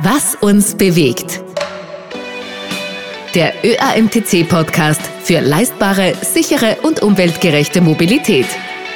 Was uns bewegt. Der ÖAMTC-Podcast für leistbare, sichere und umweltgerechte Mobilität.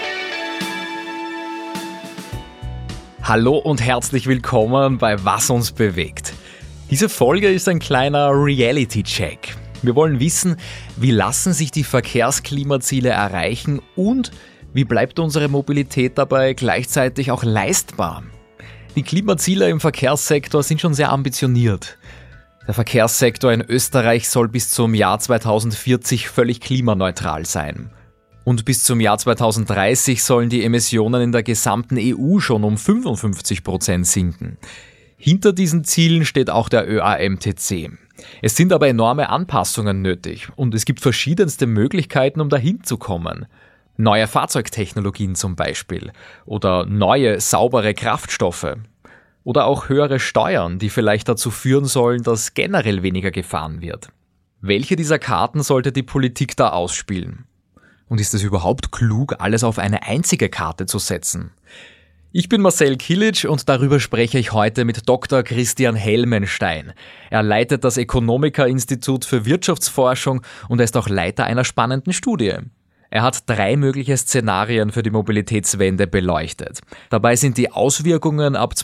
Hallo und herzlich willkommen bei Was uns bewegt. Diese Folge ist ein kleiner Reality-Check. Wir wollen wissen, wie lassen sich die Verkehrsklimaziele erreichen und wie bleibt unsere Mobilität dabei gleichzeitig auch leistbar? Die Klimaziele im Verkehrssektor sind schon sehr ambitioniert. Der Verkehrssektor in Österreich soll bis zum Jahr 2040 völlig klimaneutral sein. Und bis zum Jahr 2030 sollen die Emissionen in der gesamten EU schon um 55% sinken. Hinter diesen Zielen steht auch der ÖAMTC. Es sind aber enorme Anpassungen nötig und es gibt verschiedenste Möglichkeiten, um dahin zu kommen. Neue Fahrzeugtechnologien zum Beispiel oder neue, saubere Kraftstoffe oder auch höhere Steuern, die vielleicht dazu führen sollen, dass generell weniger gefahren wird. Welche dieser Karten sollte die Politik da ausspielen? Und ist es überhaupt klug, alles auf eine einzige Karte zu setzen? Ich bin Marcel Kilic und darüber spreche ich heute mit Dr. Christian Helmenstein. Er leitet das Economica-Institut für Wirtschaftsforschung und er ist auch Leiter einer spannenden Studie. Er hat 3 mögliche Szenarien für die Mobilitätswende beleuchtet. Dabei sind die Auswirkungen ab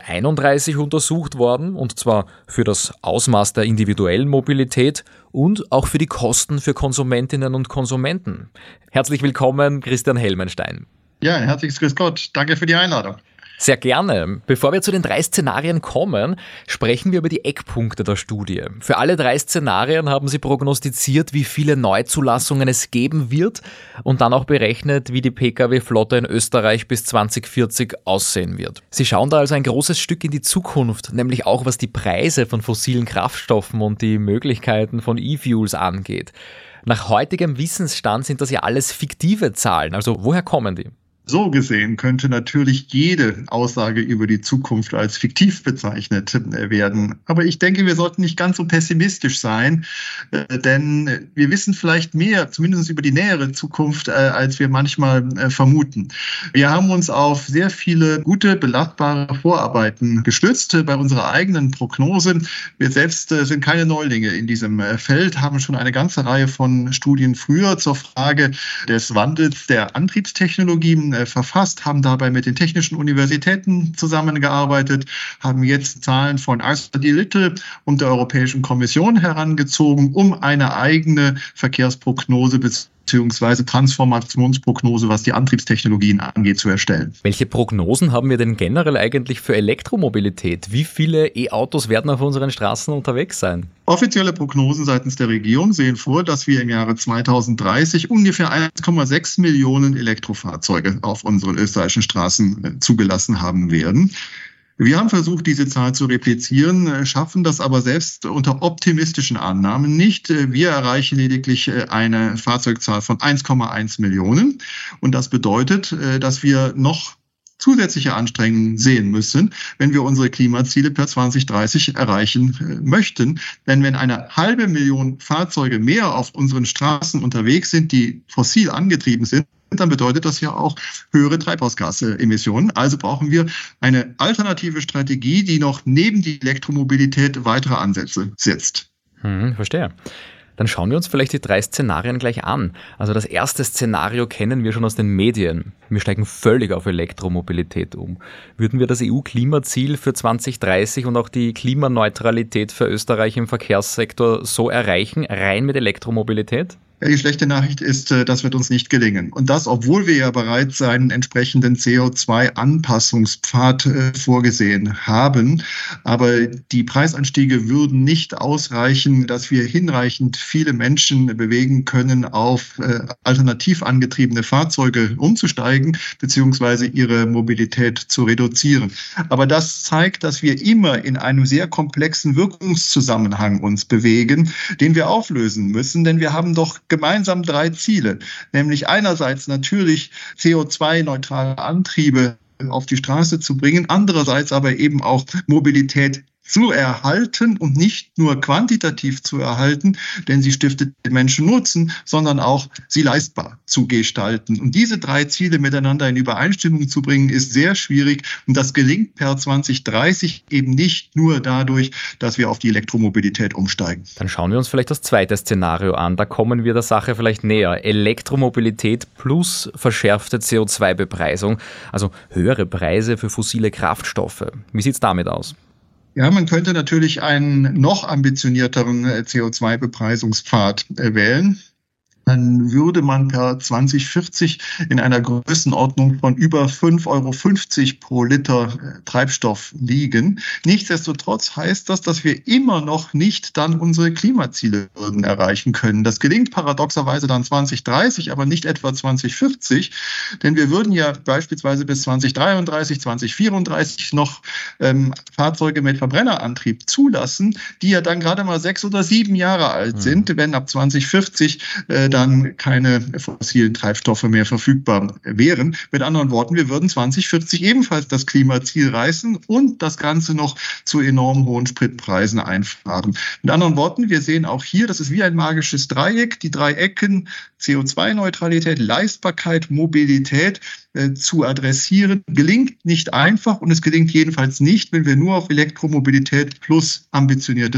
2031 untersucht worden, und zwar für das Ausmaß der individuellen Mobilität und auch für die Kosten für Konsumentinnen und Konsumenten. Herzlich willkommen, Christian Helmenstein. Ja, ein herzliches Grüß Gott. Danke für die Einladung. Sehr gerne. Bevor wir zu den 3 Szenarien kommen, sprechen wir über die Eckpunkte der Studie. Für alle 3 Szenarien haben Sie prognostiziert, wie viele Neuzulassungen es geben wird und dann auch berechnet, wie die Pkw-Flotte in Österreich bis 2040 aussehen wird. Sie schauen da also ein großes Stück in die Zukunft, nämlich auch was die Preise von fossilen Kraftstoffen und die Möglichkeiten von E-Fuels angeht. Nach heutigem Wissensstand sind das ja alles fiktive Zahlen, also woher kommen die? So gesehen könnte natürlich jede Aussage über die Zukunft als fiktiv bezeichnet werden. Aber ich denke, wir sollten nicht ganz so pessimistisch sein, denn wir wissen vielleicht mehr, zumindest über die nähere Zukunft, als wir manchmal vermuten. Wir haben uns auf sehr viele gute, belastbare Vorarbeiten gestützt bei unserer eigenen Prognose. Wir selbst sind keine Neulinge in diesem Feld, haben schon eine ganze Reihe von Studien früher zur Frage des Wandels der Antriebstechnologien verfasst, haben dabei mit den technischen Universitäten zusammengearbeitet, haben jetzt Zahlen von Arthur D. Little und der Europäischen Kommission herangezogen, um eine eigene Verkehrsprognose bzw. Transformationsprognose, was die Antriebstechnologien angeht, zu erstellen. Welche Prognosen haben wir denn generell eigentlich für Elektromobilität? Wie viele E-Autos werden auf unseren Straßen unterwegs sein? Offizielle Prognosen seitens der Regierung sehen vor, dass wir im Jahre 2030 ungefähr 1,6 Millionen Elektrofahrzeuge auf unseren österreichischen Straßen zugelassen haben werden. Wir haben versucht, diese Zahl zu replizieren, schaffen das aber selbst unter optimistischen Annahmen nicht. Wir erreichen lediglich eine Fahrzeugzahl von 1,1 Millionen. Und das bedeutet, dass wir noch zusätzliche Anstrengungen sehen müssen, wenn wir unsere Klimaziele per 2030 erreichen möchten. Denn wenn 500.000 Fahrzeuge mehr auf unseren Straßen unterwegs sind, die fossil angetrieben sind, dann bedeutet das ja auch höhere Treibhausgasemissionen. Also brauchen wir eine alternative Strategie, die noch neben die Elektromobilität weitere Ansätze setzt. Verstehe. Dann schauen wir uns vielleicht die 3 Szenarien gleich an. Also das erste Szenario kennen wir schon aus den Medien. Wir steigen völlig auf Elektromobilität um. Würden wir das EU-Klimaziel für 2030 und auch die Klimaneutralität für Österreich im Verkehrssektor so erreichen, rein mit Elektromobilität? Ja, die schlechte Nachricht ist, das wird uns nicht gelingen. Und das, obwohl wir ja bereits einen entsprechenden CO2-Anpassungspfad vorgesehen haben. Aber die Preisanstiege würden nicht ausreichen, dass wir hinreichend viele Menschen bewegen können, auf alternativ angetriebene Fahrzeuge umzusteigen, beziehungsweise ihre Mobilität zu reduzieren. Aber das zeigt, dass wir immer in einem sehr komplexen Wirkungszusammenhang uns bewegen, den wir auflösen müssen, denn wir haben doch gemeinsam 3 Ziele, nämlich einerseits natürlich CO2-neutrale Antriebe auf die Straße zu bringen, andererseits aber eben auch Mobilität zu erhalten und nicht nur quantitativ zu erhalten, denn sie stiftet den Menschen Nutzen, sondern auch sie leistbar zu gestalten. Und diese 3 Ziele miteinander in Übereinstimmung zu bringen, ist sehr schwierig. Und das gelingt per 2030 eben nicht nur dadurch, dass wir auf die Elektromobilität umsteigen. Dann schauen wir uns vielleicht das zweite Szenario an. Da kommen wir der Sache vielleicht näher. Elektromobilität plus verschärfte CO2-Bepreisung, also höhere Preise für fossile Kraftstoffe. Wie sieht es damit aus? Ja, man könnte natürlich einen noch ambitionierteren CO2-Bepreisungspfad wählen. Dann würde man per 2040 in einer Größenordnung von über 5,50 € pro Liter Treibstoff liegen. Nichtsdestotrotz heißt das, dass wir immer noch nicht dann unsere Klimaziele würden erreichen können. Das gelingt paradoxerweise dann 2030, aber nicht etwa 2040, denn wir würden ja beispielsweise bis 2033, 2034 noch Fahrzeuge mit Verbrennerantrieb zulassen, die ja dann gerade mal 6 oder 7 Jahre alt sind, wenn ab 2040 dann keine fossilen Treibstoffe mehr verfügbar wären. Mit anderen Worten, wir würden 2040 ebenfalls das Klimaziel reißen und das Ganze noch zu enorm hohen Spritpreisen einfahren. Mit anderen Worten, wir sehen auch hier, das ist wie ein magisches Dreieck, die 3 Ecken CO2-Neutralität, Leistbarkeit, Mobilität zu adressieren, gelingt nicht einfach und es gelingt jedenfalls nicht, wenn wir nur auf Elektromobilität plus ambitionierte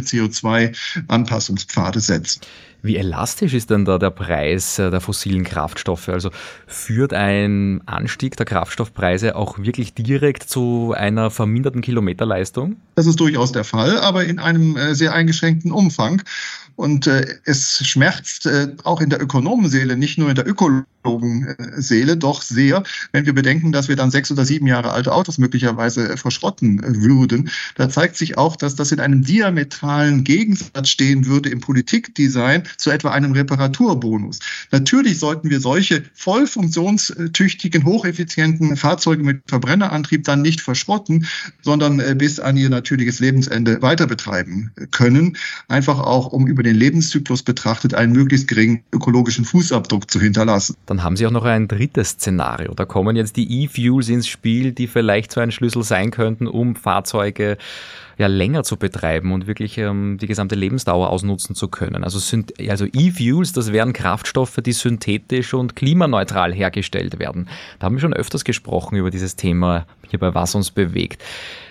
CO2-Anpassungspfade setzen. Wie elastisch ist denn da der Preis der fossilen Kraftstoffe? Also führt ein Anstieg der Kraftstoffpreise auch wirklich direkt zu einer verminderten Kilometerleistung? Das ist durchaus der Fall, aber in einem sehr eingeschränkten Umfang. Und es schmerzt auch in der Ökonomenseele, nicht nur in der Ökologenseele, doch sehr, wenn wir bedenken, dass wir dann 6 oder 7 Jahre alte Autos möglicherweise verschrotten würden. Da zeigt sich auch, dass das in einem diametralen Gegensatz stehen würde im Politikdesign zu etwa einem Reparaturbonus. Natürlich sollten wir solche voll funktionstüchtigen, hocheffizienten Fahrzeuge mit Verbrennerantrieb dann nicht verschrotten, sondern bis an ihr natürliches Lebensende weiter betreiben können. Einfach auch, um über den Lebenszyklus betrachtet einen möglichst geringen ökologischen Fußabdruck zu hinterlassen. Dann haben Sie auch noch ein drittes Szenario. Da kommen jetzt die E-Fuels ins Spiel, die vielleicht so ein Schlüssel sein könnten, um Fahrzeuge länger zu betreiben und wirklich die gesamte Lebensdauer ausnutzen zu können. Also E-Fuels, das wären Kraftstoffe, die synthetisch und klimaneutral hergestellt werden. Da haben wir schon öfters gesprochen über dieses Thema hier bei Was uns bewegt.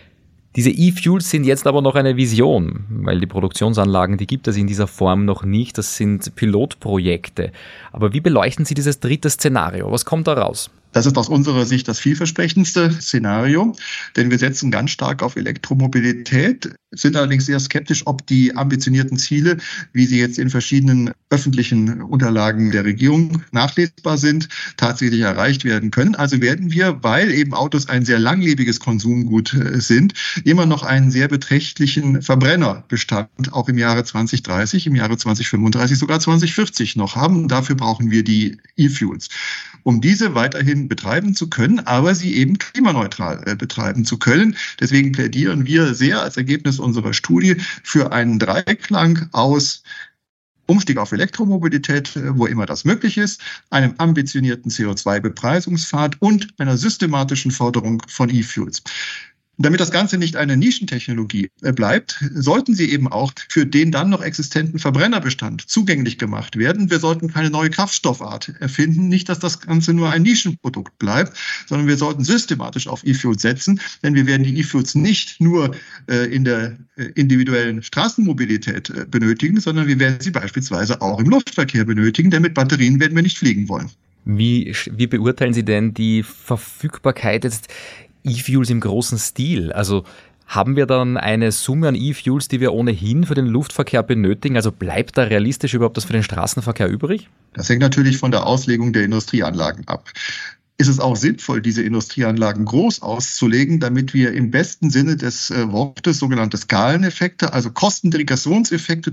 Diese E-Fuels sind jetzt aber noch eine Vision, weil die Produktionsanlagen, die gibt es in dieser Form noch nicht. Das sind Pilotprojekte. Aber wie beleuchten Sie dieses dritte Szenario? Was kommt da raus? Das ist aus unserer Sicht das vielversprechendste Szenario, denn wir setzen ganz stark auf Elektromobilität, sind allerdings sehr skeptisch, ob die ambitionierten Ziele, wie sie jetzt in verschiedenen öffentlichen Unterlagen der Regierung nachlesbar sind, tatsächlich erreicht werden können. Also werden wir, weil eben Autos ein sehr langlebiges Konsumgut sind, immer noch einen sehr beträchtlichen Verbrennerbestand auch im Jahre 2030, im Jahre 2035, sogar 2040 noch haben. Und dafür brauchen wir die E-Fuels, um diese weiterhin betreiben zu können, aber sie eben klimaneutral betreiben zu können. Deswegen plädieren wir sehr als Ergebnis unserer Studie für einen Dreiklang aus Umstieg auf Elektromobilität, wo immer das möglich ist, einem ambitionierten CO2-Bepreisungspfad und einer systematischen Förderung von E-Fuels. Damit das Ganze nicht eine Nischentechnologie bleibt, sollten sie eben auch für den dann noch existenten Verbrennerbestand zugänglich gemacht werden. Wir sollten keine neue Kraftstoffart erfinden, nicht, dass das Ganze nur ein Nischenprodukt bleibt, sondern wir sollten systematisch auf E-Fuels setzen, denn wir werden die E-Fuels nicht nur in der individuellen Straßenmobilität benötigen, sondern wir werden sie beispielsweise auch im Luftverkehr benötigen, denn mit Batterien werden wir nicht fliegen wollen. Wie beurteilen Sie denn die Verfügbarkeit jetzt E-Fuels im großen Stil? Also haben wir dann eine Summe an E-Fuels, die wir ohnehin für den Luftverkehr benötigen? Also bleibt da realistisch überhaupt das für den Straßenverkehr übrig? Das hängt natürlich von der Auslegung der Industrieanlagen ab. Ist es auch sinnvoll, diese Industrieanlagen groß auszulegen, damit wir im besten Sinne des Wortes sogenannte Skaleneffekte, also Kostendegressionseffekte durch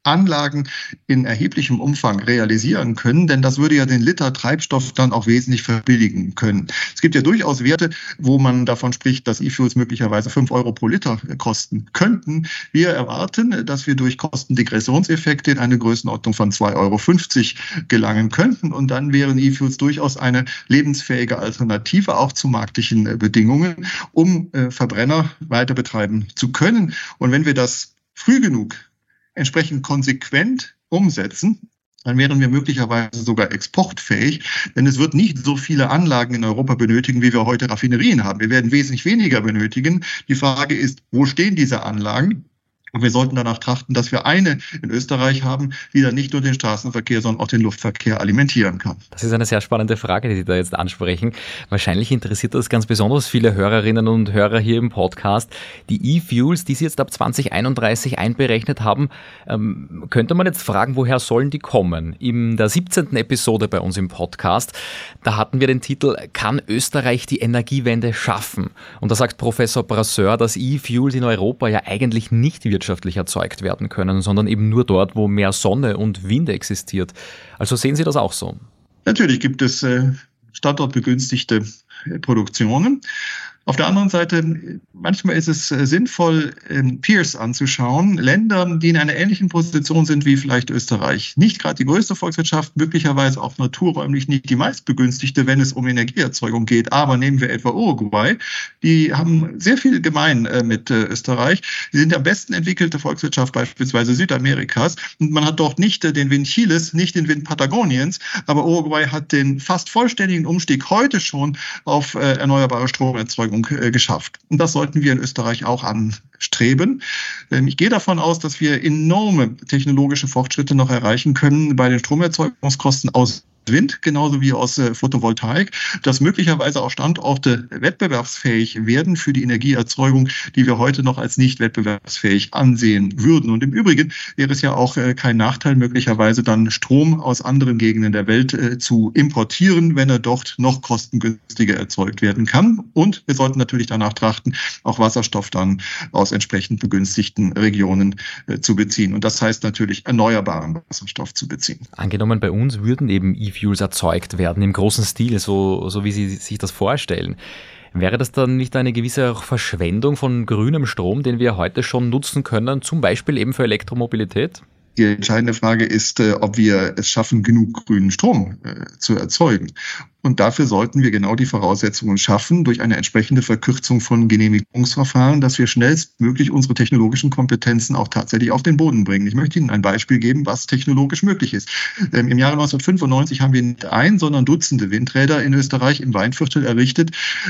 Anlagen in erheblichem Umfang realisieren können, denn das würde ja den Liter Treibstoff dann auch wesentlich verbilligen können. Es gibt ja durchaus Werte, wo man davon spricht, dass E-Fuels möglicherweise 5 Euro pro Liter kosten könnten. Wir erwarten, dass wir durch Kostendegressionseffekte in eine Größenordnung von 2,50 Euro gelangen könnten und dann wären E-Fuels durchaus eine lebensfähige Alternative, auch zu marktlichen Bedingungen, um Verbrenner weiter betreiben zu können. Und wenn wir das früh genug entsprechend konsequent umsetzen, dann wären wir möglicherweise sogar exportfähig, denn es wird nicht so viele Anlagen in Europa benötigen, wie wir heute Raffinerien haben. Wir werden wesentlich weniger benötigen. Die Frage ist, wo stehen diese Anlagen? Und wir sollten danach trachten, dass wir eine in Österreich haben, die dann nicht nur den Straßenverkehr, sondern auch den Luftverkehr alimentieren kann. Das ist eine sehr spannende Frage, die Sie da jetzt ansprechen. Wahrscheinlich interessiert das ganz besonders viele Hörerinnen und Hörer hier im Podcast. Die E-Fuels, die Sie jetzt ab 2031 einberechnet haben, könnte man jetzt fragen, woher sollen die kommen? In der 17. Episode bei uns im Podcast, da hatten wir den Titel "Kann Österreich die Energiewende schaffen?" Und da sagt Professor Brasseur, dass E-Fuels in Europa ja eigentlich nicht wirtschaftlich erzeugt werden können, sondern eben nur dort, wo mehr Sonne und Wind existiert. Also sehen Sie das auch so? Natürlich gibt es standortbegünstigte Produktionen. Auf der anderen Seite, manchmal ist es sinnvoll, Peers anzuschauen, Länder, die in einer ähnlichen Position sind wie vielleicht Österreich. Nicht gerade die größte Volkswirtschaft, möglicherweise auch naturräumlich nicht die meistbegünstigte, wenn es um Energieerzeugung geht. Aber nehmen wir etwa Uruguay, die haben sehr viel gemein mit Österreich. Sie sind die am besten entwickelte Volkswirtschaft beispielsweise Südamerikas. Und man hat dort nicht den Wind Chiles, nicht den Wind Patagoniens, aber Uruguay hat den fast vollständigen Umstieg heute schon auf erneuerbare Stromerzeugung geschafft. Und das sollten wir in Österreich auch anstreben. Ich gehe davon aus, dass wir enorme technologische Fortschritte noch erreichen können bei den Stromerzeugungskosten aus Wind, genauso wie aus Photovoltaik, dass möglicherweise auch Standorte wettbewerbsfähig werden für die Energieerzeugung, die wir heute noch als nicht wettbewerbsfähig ansehen würden. Und im Übrigen wäre es ja auch kein Nachteil, möglicherweise dann Strom aus anderen Gegenden der Welt zu importieren, wenn er dort noch kostengünstiger erzeugt werden kann. Und wir sollten natürlich danach trachten, auch Wasserstoff dann aus entsprechend begünstigten Regionen zu beziehen. Und das heißt natürlich, erneuerbaren Wasserstoff zu beziehen. Angenommen, bei uns würden eben E-Fuels erzeugt werden, im großen Stil, so wie Sie sich das vorstellen. Wäre das dann nicht eine gewisse Verschwendung von grünem Strom, den wir heute schon nutzen können, zum Beispiel eben für Elektromobilität? Die entscheidende Frage ist, ob wir es schaffen, genug grünen Strom zu erzeugen. Und dafür sollten wir genau die Voraussetzungen schaffen, durch eine entsprechende Verkürzung von Genehmigungsverfahren, dass wir schnellstmöglich unsere technologischen Kompetenzen auch tatsächlich auf den Boden bringen. Ich möchte Ihnen ein Beispiel geben, was technologisch möglich ist. Im Jahre 1995 haben wir nicht ein, sondern Dutzende Windräder in Österreich im Weinviertel errichtet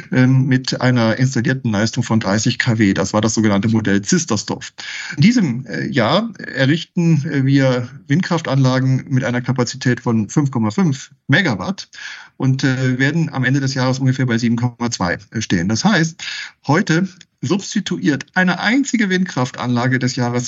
mit einer installierten Leistung von 30 kW. Das war das sogenannte Modell Zistersdorf. In diesem Jahr errichten wir Windkraftanlagen mit einer Kapazität von 5,5 Megawatt und werden am Ende des Jahres ungefähr bei 7,2 stehen. Das heißt, heute substituiert eine einzige Windkraftanlage des Jahres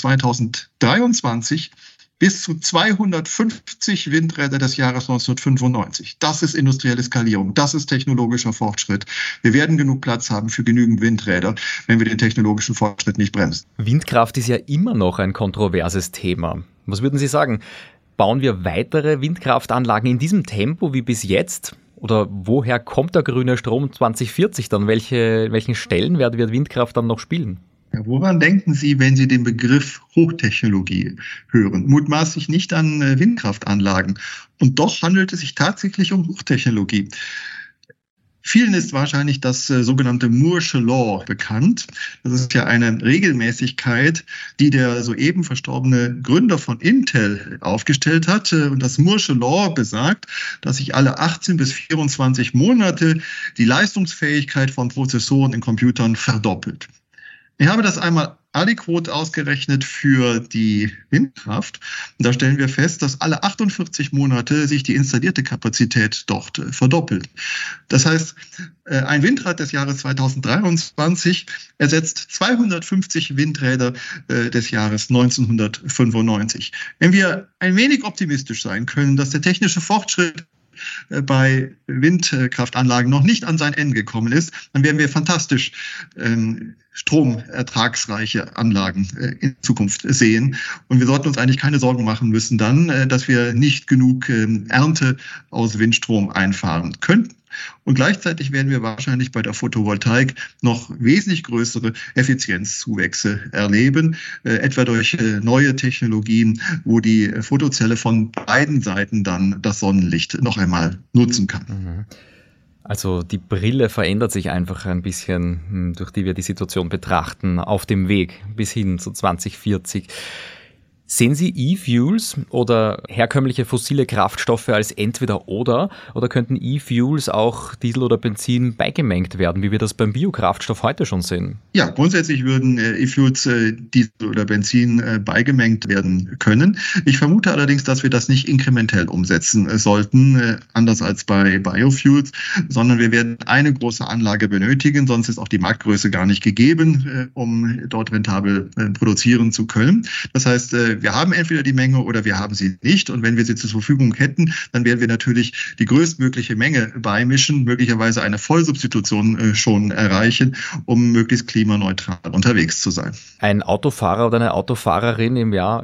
2023 bis zu 250 Windräder des Jahres 1995. Das ist industrielle Skalierung, das ist technologischer Fortschritt. Wir werden genug Platz haben für genügend Windräder, wenn wir den technologischen Fortschritt nicht bremsen. Windkraft ist ja immer noch ein kontroverses Thema. Was würden Sie sagen? Bauen wir weitere Windkraftanlagen in diesem Tempo wie bis jetzt? Oder woher kommt der grüne Strom 2040 dann? Welchen Stellenwert wird Windkraft dann noch spielen? Ja, woran denken Sie, wenn Sie den Begriff Hochtechnologie hören? Mutmaßlich nicht an Windkraftanlagen. Und doch handelt es sich tatsächlich um Hochtechnologie. Vielen ist wahrscheinlich das sogenannte Moore'sche Law bekannt. Das ist ja eine Regelmäßigkeit, die der soeben verstorbene Gründer von Intel aufgestellt hat. Und das Moore'sche Law besagt, dass sich alle 18 bis 24 Monate die Leistungsfähigkeit von Prozessoren in Computern verdoppelt. Ich habe das einmal aliquot ausgerechnet für die Windkraft. Und da stellen wir fest, dass alle 48 Monate sich die installierte Kapazität dort verdoppelt. Das heißt, ein Windrad des Jahres 2023 ersetzt 250 Windräder des Jahres 1995. Wenn wir ein wenig optimistisch sein können, dass der technische Fortschritt bei Windkraftanlagen noch nicht an sein Ende gekommen ist, dann werden wir fantastisch stromertragsreiche Anlagen in Zukunft sehen. Und wir sollten uns eigentlich keine Sorgen machen müssen dann, dass wir nicht genug Ernte aus Windstrom einfahren könnten. Und gleichzeitig werden wir wahrscheinlich bei der Photovoltaik noch wesentlich größere Effizienzzuwächse erleben, etwa durch neue Technologien, wo die Photozelle von beiden Seiten dann das Sonnenlicht noch einmal nutzen kann. Also die Brille verändert sich einfach ein bisschen, durch die wir die Situation betrachten, auf dem Weg bis hin zu 2040. Sehen Sie E-Fuels oder herkömmliche fossile Kraftstoffe als entweder oder könnten E-Fuels auch Diesel oder Benzin beigemengt werden, wie wir das beim Biokraftstoff heute schon sehen? Ja, grundsätzlich würden E-Fuels Diesel oder Benzin beigemengt werden können. Ich vermute allerdings, dass wir das nicht inkrementell umsetzen sollten, anders als bei Biofuels, sondern wir werden eine große Anlage benötigen, sonst ist auch die Marktgröße gar nicht gegeben, um dort rentabel produzieren zu können. Das heißt, wir haben entweder die Menge oder wir haben sie nicht. Und wenn wir sie zur Verfügung hätten, dann werden wir natürlich die größtmögliche Menge beimischen, möglicherweise eine Vollsubstitution schon erreichen, um möglichst klimaneutral unterwegs zu sein. Ein Autofahrer oder eine Autofahrerin im Jahr,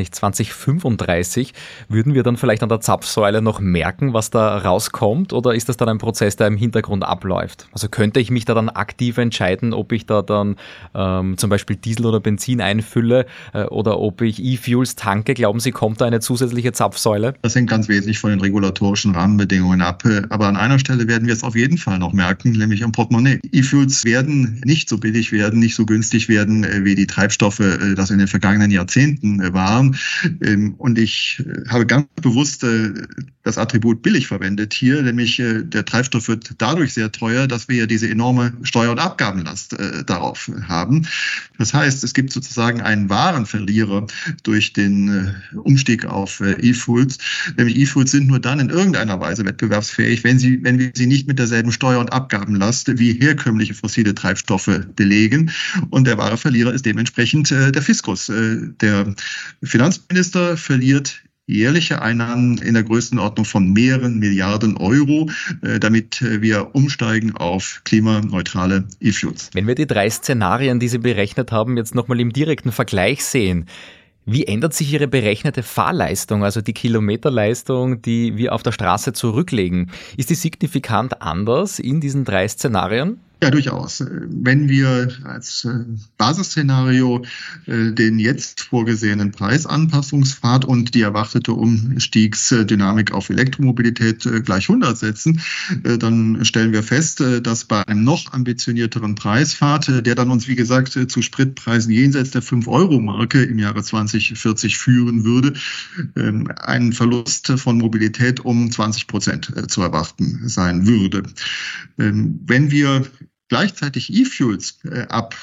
2035, würden wir dann vielleicht an der Zapfsäule noch merken, was da rauskommt? Oder ist das dann ein Prozess, der im Hintergrund abläuft? Also könnte ich mich da dann aktiv entscheiden, ob ich da dann zum Beispiel Diesel oder Benzin einfülle oder ob ich E-Fuels tanke? Glauben Sie, kommt da eine zusätzliche Zapfsäule? Das hängt ganz wesentlich von den regulatorischen Rahmenbedingungen ab. Aber an einer Stelle werden wir es auf jeden Fall noch merken, nämlich am Portemonnaie. E-Fuels werden nicht so billig werden, nicht so günstig werden, wie die Treibstoffe das in den vergangenen Jahrzehnten waren. Und ich habe ganz bewusst das Attribut billig verwendet hier, nämlich der Treibstoff wird dadurch sehr teuer, dass wir ja diese enorme Steuer- und Abgabenlast darauf haben. Das heißt, es gibt sozusagen einen wahren Verlierer durch den Umstieg auf E-Fuels. Nämlich E-Fuels sind nur dann in irgendeiner Weise wettbewerbsfähig, wenn wir sie nicht mit derselben Steuer- und Abgabenlast wie herkömmliche fossile Treibstoffe belegen. Und der wahre Verlierer ist dementsprechend der Fiskus. Der Finanzminister verliert jährliche Einnahmen in der Größenordnung von mehreren Milliarden Euro, damit wir umsteigen auf klimaneutrale E-Fuels. Wenn wir die 3 Szenarien, die Sie berechnet haben, jetzt nochmal im direkten Vergleich sehen, wie ändert sich Ihre berechnete Fahrleistung, also die Kilometerleistung, die wir auf der Straße zurücklegen? Ist die signifikant anders in diesen 3 Szenarien? Ja, durchaus. Wenn wir als Basisszenario den jetzt vorgesehenen Preisanpassungspfad und die erwartete Umstiegsdynamik auf Elektromobilität gleich 100 setzen, dann stellen wir fest, dass bei einem noch ambitionierteren Preispfad, der dann uns, wie gesagt, zu Spritpreisen jenseits der 5-Euro-Marke im Jahre 2040 führen würde, ein Verlust von Mobilität um 20% zu erwarten sein würde. Wenn wir gleichzeitig E-Fuels ab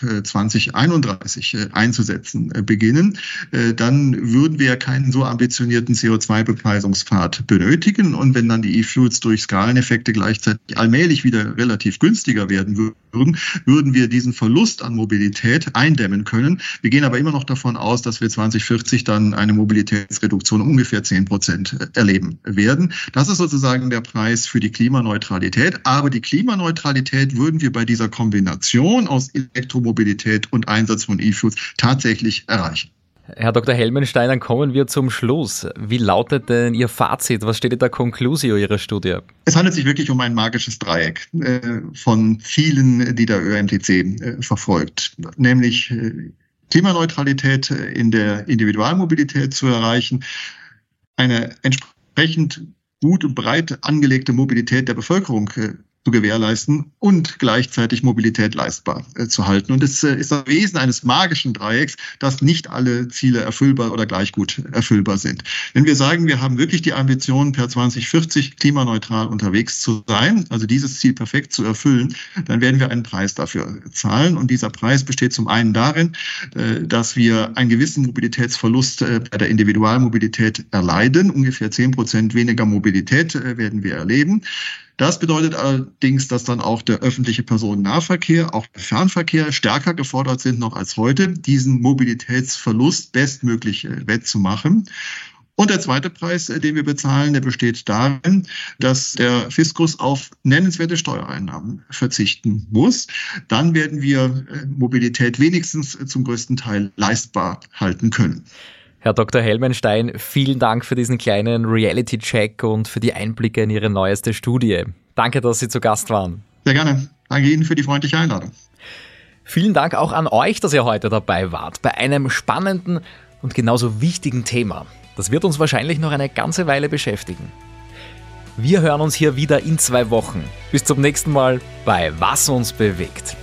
2031 einzusetzen beginnen, dann würden wir keinen so ambitionierten CO2-Bepreisungspfad benötigen. Und wenn dann die E-Fuels durch Skaleneffekte gleichzeitig allmählich wieder relativ günstiger werden würden wir diesen Verlust an Mobilität eindämmen können. Wir gehen aber immer noch davon aus, dass wir 2040 dann eine Mobilitätsreduktion um ungefähr 10% erleben werden. Das ist sozusagen der Preis für die Klimaneutralität. Aber die Klimaneutralität würden wir bei dieser Kombination aus Elektromobilität und Einsatz von E-Fuels tatsächlich erreichen. Herr Dr. Helmenstein, dann kommen wir zum Schluss. Wie lautet denn Ihr Fazit? Was steht in der Conclusio Ihrer Studie? Es handelt sich wirklich um ein magisches Dreieck von vielen, die der ÖMTC verfolgt. Nämlich Klimaneutralität in der Individualmobilität zu erreichen, eine entsprechend gut und breit angelegte Mobilität der Bevölkerung zu gewährleisten und gleichzeitig Mobilität leistbar zu halten. Und es ist das Wesen eines magischen Dreiecks, dass nicht alle Ziele erfüllbar oder gleich gut erfüllbar sind. Wenn wir sagen, wir haben wirklich die Ambition, per 2040 klimaneutral unterwegs zu sein, also dieses Ziel perfekt zu erfüllen, dann werden wir einen Preis dafür zahlen. Und dieser Preis besteht zum einen darin, dass wir einen gewissen Mobilitätsverlust bei der Individualmobilität erleiden. Ungefähr 10% weniger Mobilität werden wir erleben. Das bedeutet allerdings, dass dann auch der öffentliche Personennahverkehr, auch der Fernverkehr stärker gefordert sind noch als heute, diesen Mobilitätsverlust bestmöglich wettzumachen. Und der zweite Preis, den wir bezahlen, der besteht darin, dass der Fiskus auf nennenswerte Steuereinnahmen verzichten muss. Dann werden wir Mobilität wenigstens zum größten Teil leistbar halten können. Herr Dr. Helmenstein, vielen Dank für diesen kleinen Reality-Check und für die Einblicke in Ihre neueste Studie. Danke, dass Sie zu Gast waren. Sehr gerne. Danke Ihnen für die freundliche Einladung. Vielen Dank auch an euch, dass ihr heute dabei wart, bei einem spannenden und genauso wichtigen Thema. Das wird uns wahrscheinlich noch eine ganze Weile beschäftigen. Wir hören uns hier wieder in 2 Wochen. Bis zum nächsten Mal bei Was uns bewegt.